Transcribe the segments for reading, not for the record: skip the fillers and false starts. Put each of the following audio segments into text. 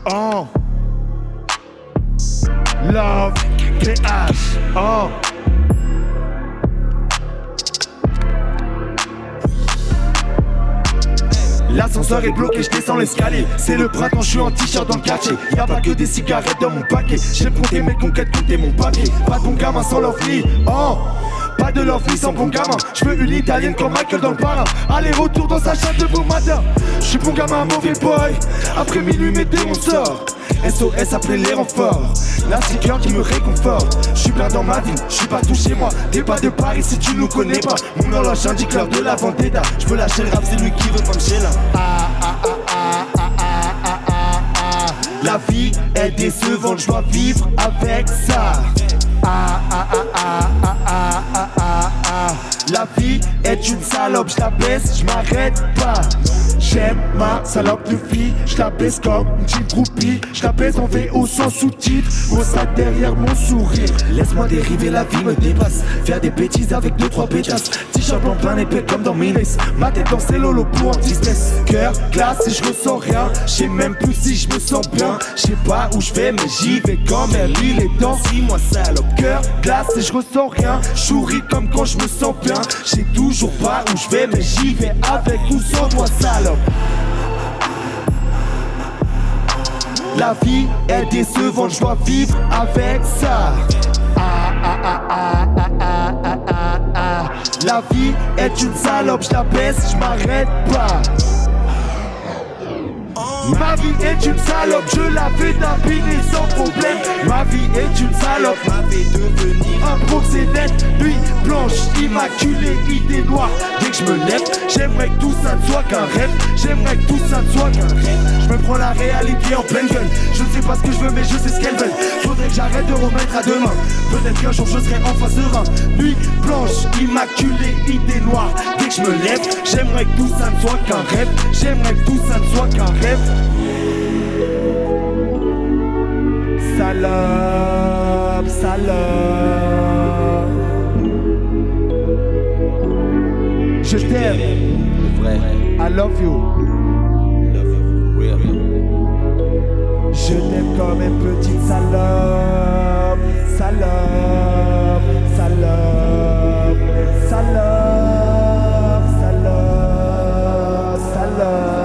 Oh. Love, TH, oh. L'ascenseur est bloqué, je descends l'escalier. C'est le printemps, je suis en t-shirt dans le quartier. Y'a pas que des cigarettes dans mon paquet. J'aime compter mes conquêtes, compter mon papier. Pas de bon gamin sans l'enfli, oh. Pas de l'enfli sans bon gamin. J'veux une italienne comme Michael dans le parrain. Aller-retour dans sa chatte de beau matin. J'suis bon gamin, mauvais boy. Après minuit, mes démons sortent. SOS, appelez les renforts. La sticker qui me réconforte. J'suis plein dans ma vie, j'suis pas tout chez moi. T'es pas de Paris si tu nous connais pas. Mon horloge indique l'heure de la vendetta. J'veux lâcher le rap, c'est lui qui veut comme Sheila. La vie est décevante, j'dois vivre avec ça. La vie est une salope, je la baisse, je m'arrête pas. J'aime ma salope de fille, je la baisse comme une petite groupie. Je la baisse en VO sans sous-titres, au sac derrière mon sourire. Laisse-moi dériver, la vie me dépasse. Faire des bêtises avec 2-3 pétasses. T-shirt en plein épais comme dans Miles. Ma tête dans ses lolos pour anti-stress. Cœur glace et je ressens rien. J'sais même plus si je me sens bien. J'sais pas où je vais mais j'y vais quand même. Il est temps, si moi salope. Cœur glace et je ressens rien. J'souris comme quand je me sens bien. J'sais toujours pas où je vais mais j'y vais avec ou sans moi salope. La vie est décevante, je dois vivre avec ça. La vie est une salope, je la baisse, je m'arrête pas. Ma vie est une salope, je la fais tapiner sans problème. Ma vie est une salope, m'a fait devenir un proxénète. Nuit blanche, immaculée, idée noire. Dès que je me lève, j'aimerais que tout ça ne soit qu'un rêve. J'aimerais que tout ça ne soit qu'un rêve. Je me prends la réalité en pleine gueule. Je ne sais pas ce que je veux mais je sais ce qu'elles veulent. Faudrait que j'arrête de remettre à demain. Peut-être qu'un jour je serai enfin serein. Nuit blanche, immaculée, idée noire. Dès que je me lève, j'aimerais que tout ça ne soit qu'un rêve. J'aimerais que tout ça ne soit qu'un rêve. Salope, salope. Je t'aime, vrai. I love you. Je t'aime comme une petite salope, salope, salope, salope, salope, salope.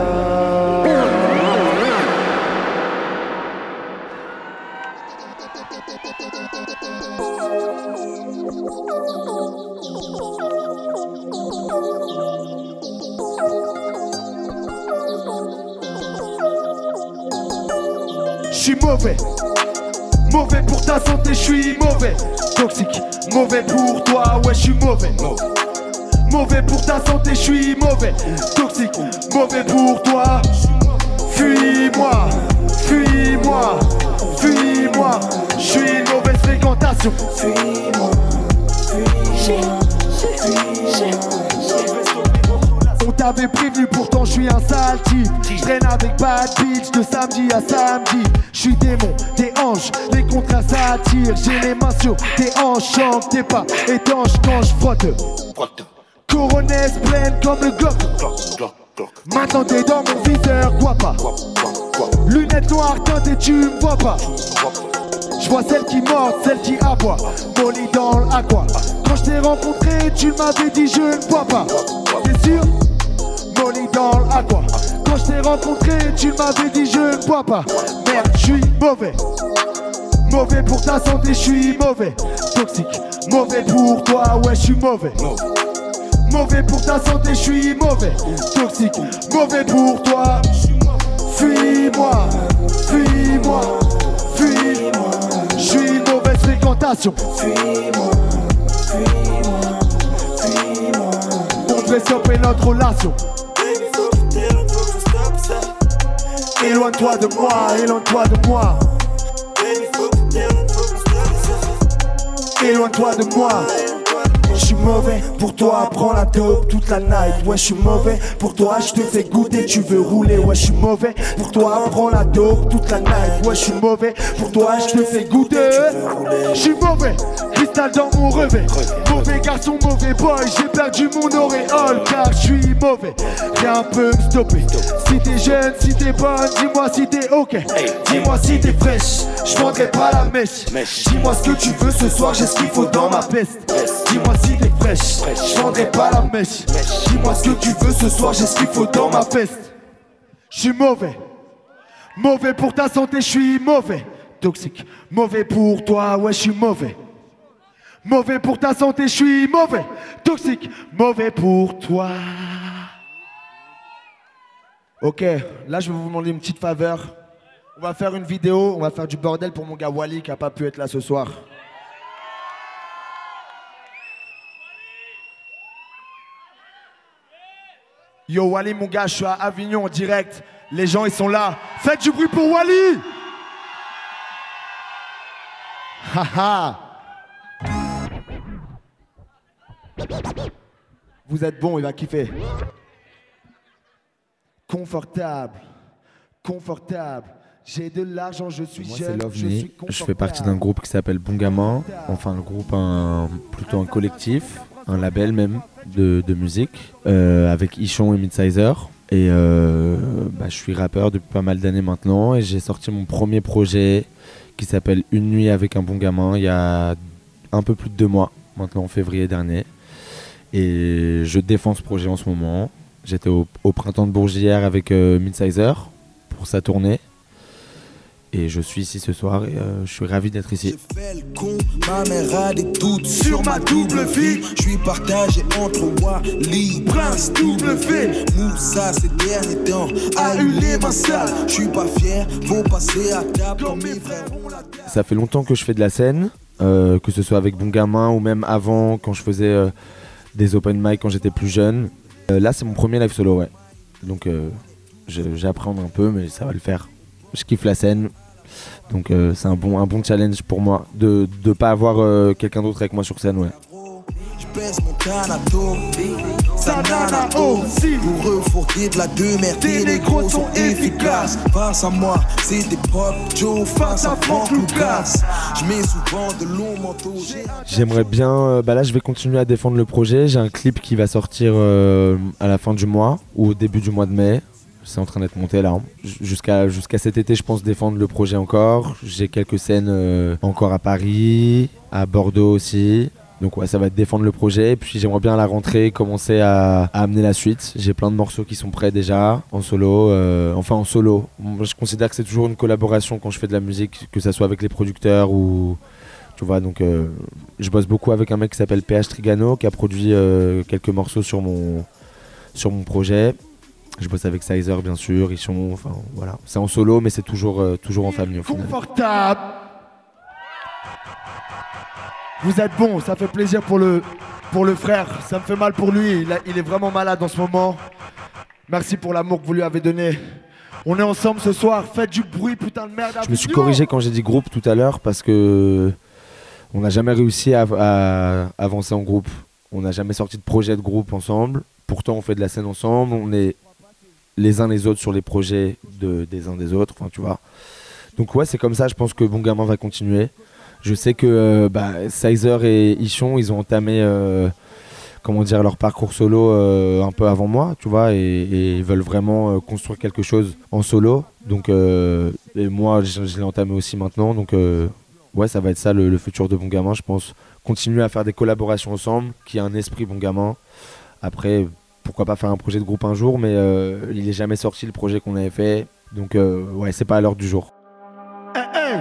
J'suis mauvais, mauvais pour ta santé, j'suis mauvais. Toxique, mauvais pour toi, ouais j'suis mauvais. Mauvais pour ta santé, j'suis mauvais. Toxique, mauvais pour toi. Fuis-moi, fuis-moi, fuis-moi. J'suis une mauvaise fréquentation. Fuis-moi, fuis-moi, fuis-moi. On t'avait prévenu, pourtant je suis un sale type. Je traîne avec bad bitch de samedi à samedi. Je suis démon, t'es ange, les contrats s'attirent. J'ai les mains sur tes hanches, chante, t'es pas étanche quand je frotte. Coronesse pleine comme le Glock. Maintenant t'es dans mon viseur, quoi pas. Lunettes noires teintées, tu me vois pas. Je vois celle qui mord, celle qui aboie. Molly dans l'aqua. Quand je t'ai rencontré, tu m'avais dit je ne bois pas. T'es sûr? Molly dans l'aqua. Quand je t'ai rencontré, tu m'avais dit je ne bois pas. Merde, je suis mauvais. Mauvais pour ta santé, je suis mauvais. Toxique, mauvais pour toi, ouais je suis mauvais. Mauvais pour ta santé, je suis mauvais. Toxique, mauvais pour toi. Fuis-moi, fuis-moi, fuis-moi. Je suis une mauvaise fréquentation. Fuis-moi, fuis-moi, fuis-moi. On devrait stopper notre relation. Éloigne-toi de moi, éloigne-toi de moi. Éloigne-toi de moi. Je suis mauvais, pour toi prends la dope toute la night. Ouais je suis mauvais, pour toi je te fais goûter, tu veux rouler. Ouais je suis mauvais, pour toi prends la dope toute la night. Ouais je suis mauvais, pour toi je te fais goûter. Je suis mauvais, cristal dans mon revêt. Mauvais garçon, mauvais boy, j'ai perdu mon auréole car je suis mauvais. Rien peut me stopper. Si t'es jeune, si t'es bonne, dis-moi si t'es ok. Dis-moi si t'es fraîche, je vendrai pas la mèche. Dis-moi ce que tu veux ce soir, j'ai ce qu'il faut dans ma peste. Dis-moi si t'es fraîche, je vendrai pas la mèche. Dis-moi ce que tu veux ce soir, j'ai ce qu'il faut dans ma peste. Je suis mauvais. Mauvais pour ta santé, je suis mauvais. Toxique. Mauvais pour toi, ouais, je suis mauvais. Mauvais pour ta santé, je suis mauvais. Toxique. Mauvais pour toi. Ok, là je vais vous demander une petite faveur. On va faire une vidéo, on va faire du bordel pour mon gars Wally qui a pas pu être là ce soir. Yo Wally mon gars, je suis à Avignon en direct. Les gens ils sont là. Faites du bruit pour Wally. Haha. Vous êtes bon, il va kiffer. Confortable, confortable. J'ai de l'argent, je suis Moi, jeune, c'est Love je Me. suis confortable. Je fais partie d'un groupe qui s'appelle Bon Gamin. Enfin, un groupe, plutôt un collectif, un label même de musique, avec Ichon et Midsizer. Et je suis rappeur depuis pas mal d'années maintenant et j'ai sorti mon premier projet qui s'appelle Une nuit avec un bon gamin il y a un peu plus de 2 mois, maintenant en février dernier. Et je défends ce projet en ce moment. J'étais au printemps de Bourges hier avec Midsizer pour sa tournée. Et je suis ici ce soir et je suis ravi d'être ici. J'ai fait le con, ma mère a des doutes sur ma double vie. Je suis partagé entre Wally, Prince, double V. Moussa ces derniers temps a eu les mains sales. Je suis pas fier, faut passer à table comme mes frères ont la tête. Ça fait longtemps que je fais de la scène, que ce soit avec Bon Gamin ou même avant quand je faisais des open mic quand j'étais plus jeune. Là c'est mon premier live solo, ouais. Donc j'appréhende un peu mais ça va le faire. Je kiffe la scène, donc c'est un bon challenge pour moi de pas avoir quelqu'un d'autre avec moi sur scène, ouais. Je baisse mon Thanato, sa nana aussi. Pour eux, fourguer de la demeure, tes négros sont efficaces. Face à moi, c'est des pop Joe face à Franck Lucas. Je mets souvent de longs manteaux. J'aimerais bien, là je vais continuer à défendre le projet. J'ai un clip qui va sortir à la fin du mois ou au début du mois de mai. C'est en train d'être monté là. Jusqu'à cet été, je pense défendre le projet encore. J'ai quelques scènes encore à Paris, à Bordeaux aussi. Donc ouais, ça va être défendre le projet. Et puis j'aimerais bien à la rentrée commencer à amener la suite. J'ai plein de morceaux qui sont prêts déjà, en solo. En solo. Moi, je considère que c'est toujours une collaboration quand je fais de la musique, que ça soit avec les producteurs ou... Tu vois, donc je bosse beaucoup avec un mec qui s'appelle PH Trigano, qui a produit quelques morceaux sur mon projet. Je bosse avec Sizer bien sûr, Richon, enfin voilà. C'est en solo mais c'est toujours en famille au final. Confortable. Vous êtes bon, ça fait plaisir pour le frère. Ça me fait mal pour lui, il est vraiment malade en ce moment. Merci pour l'amour que vous lui avez donné. On est ensemble ce soir, faites du bruit putain de merde. Je me suis corrigé quand j'ai dit groupe tout à l'heure parce que on n'a jamais réussi à avancer en groupe. On n'a jamais sorti de projet de groupe ensemble. Pourtant on fait de la scène ensemble, on est les uns les autres sur les projets des uns des autres, enfin tu vois. Donc ouais, c'est comme ça, je pense que Bon Gamin va continuer. Je sais que Sizer et Ichon, ils ont entamé leur parcours solo un peu avant moi, tu vois, et ils veulent vraiment construire quelque chose en solo. Donc et moi je l'ai entamé aussi maintenant, donc ouais, ça va être ça le futur de Bon Gamin, je pense. Continuer à faire des collaborations ensemble, qui a un esprit Bon Gamin. Après, pourquoi pas faire un projet de groupe un jour, mais il n'est jamais sorti le projet qu'on avait fait. Donc ouais, c'est pas à l'heure du jour. Hey, hey.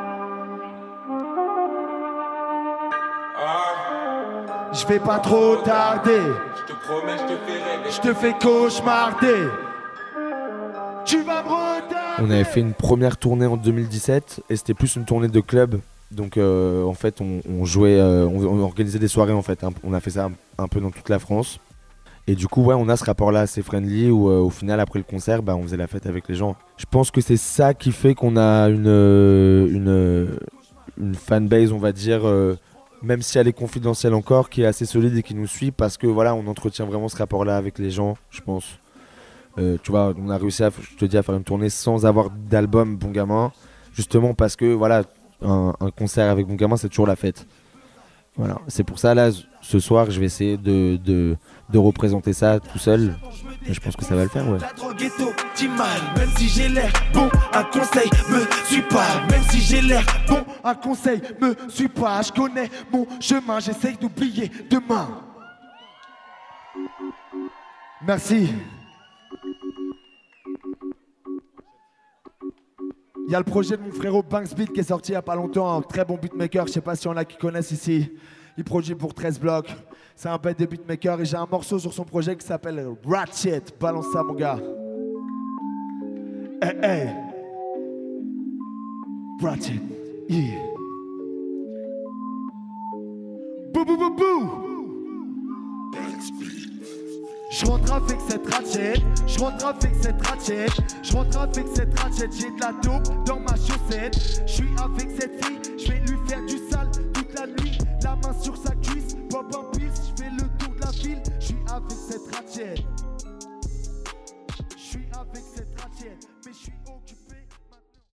Je vais pas trop tarder. Je te promets, je te fais rêver. Je te fais cauchemarder. Tu vas me retarder. On avait fait une première tournée en 2017 et c'était plus une tournée de club. Donc en fait on jouait, on organisait des soirées en fait. On a fait ça un peu dans toute la France. Et du coup ouais, on a ce rapport là assez friendly où au final après le concert on faisait la fête avec les gens. Je pense que c'est ça qui fait qu'on a une fanbase, on va dire, même si elle est confidentielle encore, qui est assez solide et qui nous suit parce que voilà, on entretient vraiment ce rapport là avec les gens, je pense. Tu vois, on a réussi à faire une tournée sans avoir d'album Bon Gamin, justement parce que voilà, un concert avec Bon Gamin c'est toujours la fête. Voilà, c'est pour ça là, ce soir, je vais essayer de représenter ça tout seul. Et je pense que ça va le faire, ouais. La drogue est optimale, même si j'ai l'air bon, un conseil me suit pas. Même si j'ai l'air bon, Un conseil me suit pas, je connais mon chemin, j'essaye d'oublier demain. Merci. Il y a le projet de mon frérot Banks Beat qui est sorti il y a pas longtemps, un très bon beatmaker, je sais pas si on a qui connaissent ici. Il produit pour 13 blocs. C'est un bête de beatmaker et j'ai un morceau sur son projet qui s'appelle Ratchet. Balance ça mon gars. Hey, hey. Ratchet. Yeah. Bou bou bou bou. Je rentre avec cette ratchet, je rentre avec cette ratchet, je rentre avec cette ratchet, j'ai de la dope dans ma chaussette. Je suis avec cette fille, je vais lui faire du sale toute la nuit, la main sur sa cuisse, pop un pisse, je fais le tour de la ville, je suis avec cette ratchet. Je suis avec cette ratchet, mais je suis occupé.